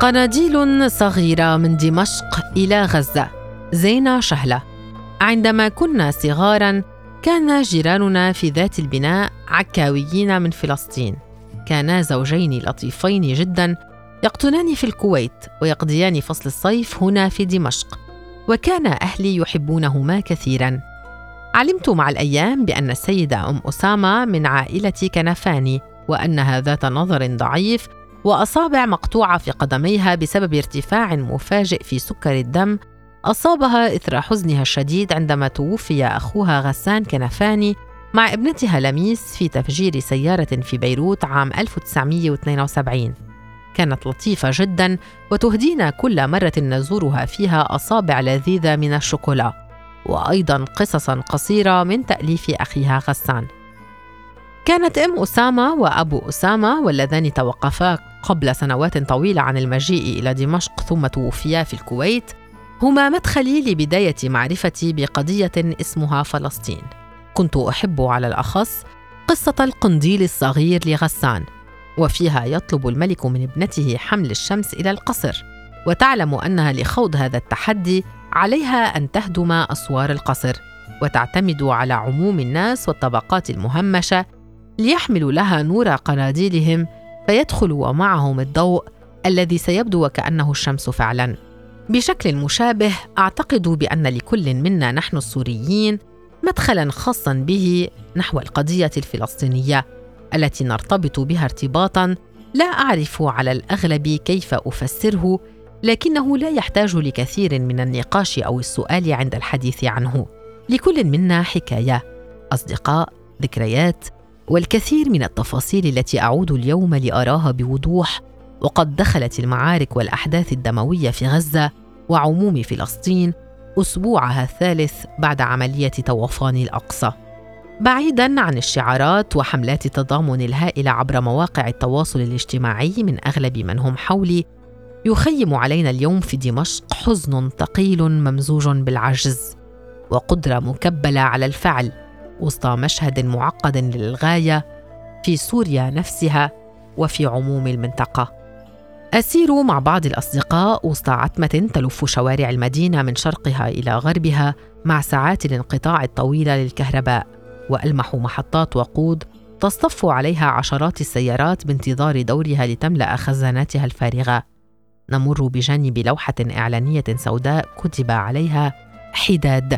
قناديل صغيرة من دمشق إلى غزة. زينة شهلة. عندما كنا صغاراً كان جيراننا في ذات البناء عكاويين من فلسطين. كانا زوجين لطيفين جداً يقطنان في الكويت ويقضيان فصل الصيف هنا في دمشق، وكان أهلي يحبونهما كثيراً. علمت مع الأيام بأن السيدة أم أسامة من عائلة كنفاني، وأنها ذات نظر ضعيف وأصابع مقطوعة في قدميها بسبب ارتفاع مفاجئ في سكر الدم أصابها إثر حزنها الشديد عندما توفي أخوها غسان كنفاني مع ابنتها لميس في تفجير سيارة في بيروت عام 1972. كانت لطيفة جداً وتهدينا كل مرة نزورها فيها أصابع لذيذة من الشوكولا، وأيضاً قصصاً قصيرة من تأليف أخيها غسان. كانت أم أسامة وأبو أسامة واللذان توقفا قبل سنوات طويلة عن المجيء إلى دمشق ثم توفيا في الكويت هما مدخلي لبداية معرفتي بقضية اسمها فلسطين. كنت أحب على الأخص قصة القنديل الصغير لغسان، وفيها يطلب الملك من ابنته حمل الشمس إلى القصر، وتعلم أنها لخوض هذا التحدي عليها أن تهدم أسوار القصر وتعتمد على عموم الناس والطبقات المهمشة ليحملوا لها نور قناديلهم فيدخل معهم الضوء الذي سيبدو وكأنه الشمس فعلاً. بشكل مشابه أعتقد بأن لكل منا نحن السوريين مدخلاً خاصاً به نحو القضية الفلسطينية التي نرتبط بها ارتباطاً لا أعرف على الأغلب كيف أفسره، لكنه لا يحتاج لكثير من النقاش أو السؤال عند الحديث عنه. لكل منا حكاية، أصدقاء، ذكريات، والكثير من التفاصيل التي أعود اليوم لأراها بوضوح، وقد دخلت المعارك والأحداث الدموية في غزة وعموم فلسطين أسبوعها الثالث بعد عملية طوفان الأقصى. بعيداً عن الشعارات وحملات التضامن الهائلة عبر مواقع التواصل الاجتماعي من أغلب من هم حولي، يخيم علينا اليوم في دمشق حزن ثقيل ممزوج بالعجز وقدرة مكبلة على الفعل وسط مشهد معقد للغاية في سوريا نفسها وفي عموم المنطقة. أسير مع بعض الأصدقاء وسط عتمة تلف شوارع المدينة من شرقها إلى غربها مع ساعات الانقطاع الطويلة للكهرباء، وألمح محطات وقود تصطف عليها عشرات السيارات بانتظار دورها لتملأ خزاناتها الفارغة. نمر بجانب لوحة إعلانية سوداء كتب عليها حداد،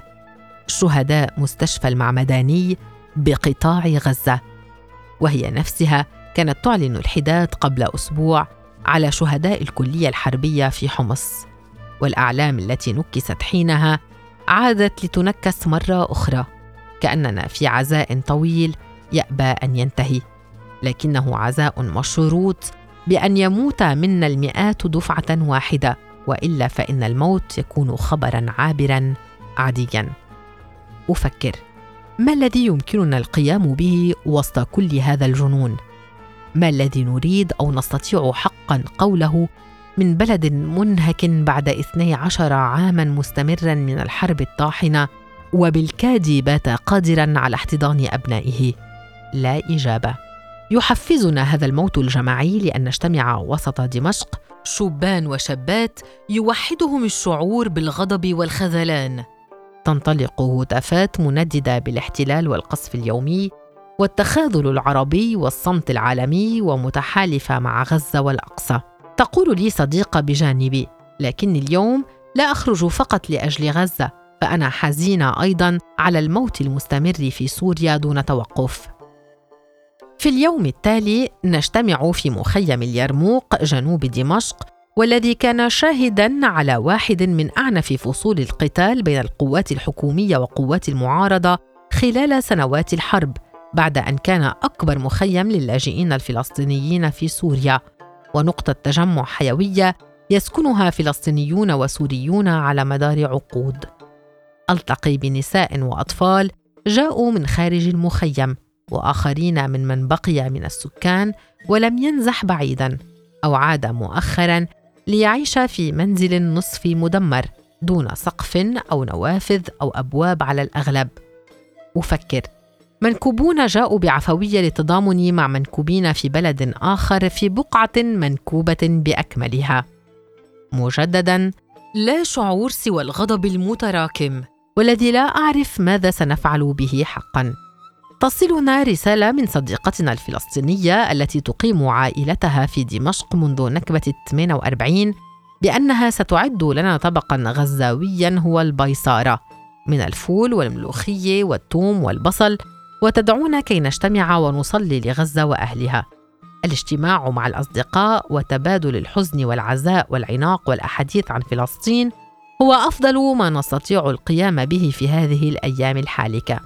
شهداء مستشفى المعمداني بقطاع غزة، وهي نفسها كانت تعلن الحداد قبل أسبوع على شهداء الكلية الحربية في حمص. والأعلام التي نكست حينها عادت لتنكس مرة أخرى، كأننا في عزاء طويل يأبى أن ينتهي، لكنه عزاء مشروط بأن يموت منا المئات دفعة واحدة، وإلا فإن الموت يكون خبراً عابراً عادياً. أفكر ما الذي يمكننا القيام به وسط كل هذا الجنون؟ ما الذي نريد أو نستطيع حقاً قوله من بلد منهك بعد 12 عاماً مستمراً من الحرب الطاحنة وبالكاد بات قادراً على احتضان أبنائه؟ لا إجابة. يحفزنا هذا الموت الجماعي لأن نجتمع وسط دمشق شبان وشابات يوحدهم الشعور بالغضب والخذلان. تنطلق هتافات منددة بالاحتلال والقصف اليومي والتخاذل العربي والصمت العالمي ومتحالفة مع غزة والأقصى. تقول لي صديقة بجانبي: لكن اليوم لا أخرج فقط لأجل غزة، فأنا حزينة أيضاً على الموت المستمر في سوريا دون توقف. في اليوم التالي نجتمع في مخيم اليرموك جنوب دمشق، والذي كان شاهداً على واحد من أعنف فصول القتال بين القوات الحكومية وقوات المعارضة خلال سنوات الحرب، بعد أن كان أكبر مخيم للاجئين الفلسطينيين في سوريا ونقطة تجمع حيوية يسكنها فلسطينيون وسوريون على مدار عقود. ألتقي بنساء وأطفال جاءوا من خارج المخيم، وآخرين من بقي من السكان ولم ينزح بعيداً أو عاد مؤخراً ليعيش في منزل نصف مدمر دون سقف أو نوافذ أو أبواب على الأغلب. أفكر منكوبون جاءوا بعفوية للتضامن مع منكوبين في بلد آخر في بقعة منكوبة بأكملها. مجدداً، لا شعور سوى الغضب المتراكم والذي لا أعرف ماذا سنفعل به حقاً. تصلنا رسالة من صديقتنا الفلسطينية التي تقيم عائلتها في دمشق منذ نكبة 48 بأنها ستعد لنا طبقاً غزاوياً هو البيصارة من الفول والملوخية والثوم والبصل، وتدعونا كي نجتمع ونصلي لغزة وأهلها. الاجتماع مع الأصدقاء وتبادل الحزن والعزاء والعناق والأحاديث عن فلسطين هو أفضل ما نستطيع القيام به في هذه الأيام الحالكة.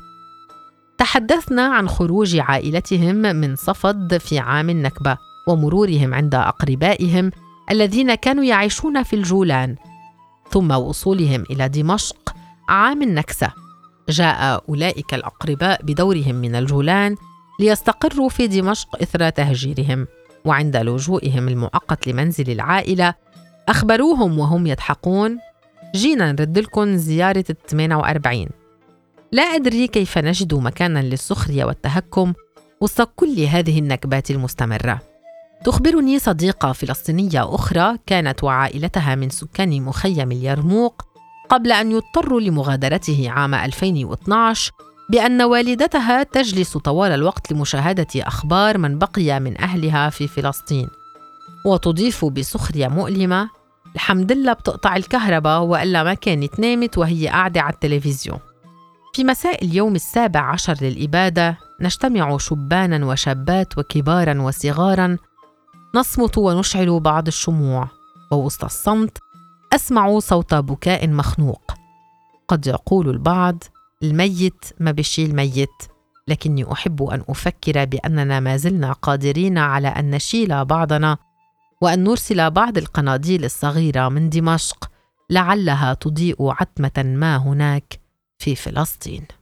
تحدثنا عن خروج عائلتهم من صفد في عام النكبة ومرورهم عند أقربائهم الذين كانوا يعيشون في الجولان، ثم وصولهم إلى دمشق عام النكسة. جاء أولئك الأقرباء بدورهم من الجولان ليستقروا في دمشق إثر تهجيرهم، وعند لجوئهم المؤقت لمنزل العائلة أخبروهم وهم يضحكون: جينا نرد لكم زيارة 48. لا أدري كيف نجد مكانا للسخرية والتهكم وسط كل هذه النكبات المستمرة. تخبرني صديقة فلسطينية أخرى كانت وعائلتها من سكان مخيم اليرموك قبل أن يضطروا لمغادرته عام 2012 بأن والدتها تجلس طوال الوقت لمشاهدة أخبار من بقي من أهلها في فلسطين، وتضيف بسخرية مؤلمة: الحمد لله بتقطع الكهرباء وإلا ما كانت نامت وهي قاعدة على التلفزيون. في مساء اليوم 17 للإبادة نجتمع شبانا وشابات وكبارا وصغارا، نصمت ونشعل بعض الشموع، ووسط الصمت أسمع صوت بكاء مخنوق. قد يقول البعض: الميت ما بشيل ميت، لكني أحب أن أفكر بأننا ما زلنا قادرين على أن نشيل بعضنا وأن نرسل بعض القناديل الصغيرة من دمشق لعلها تضيء عتمة ما هناك في فلسطين.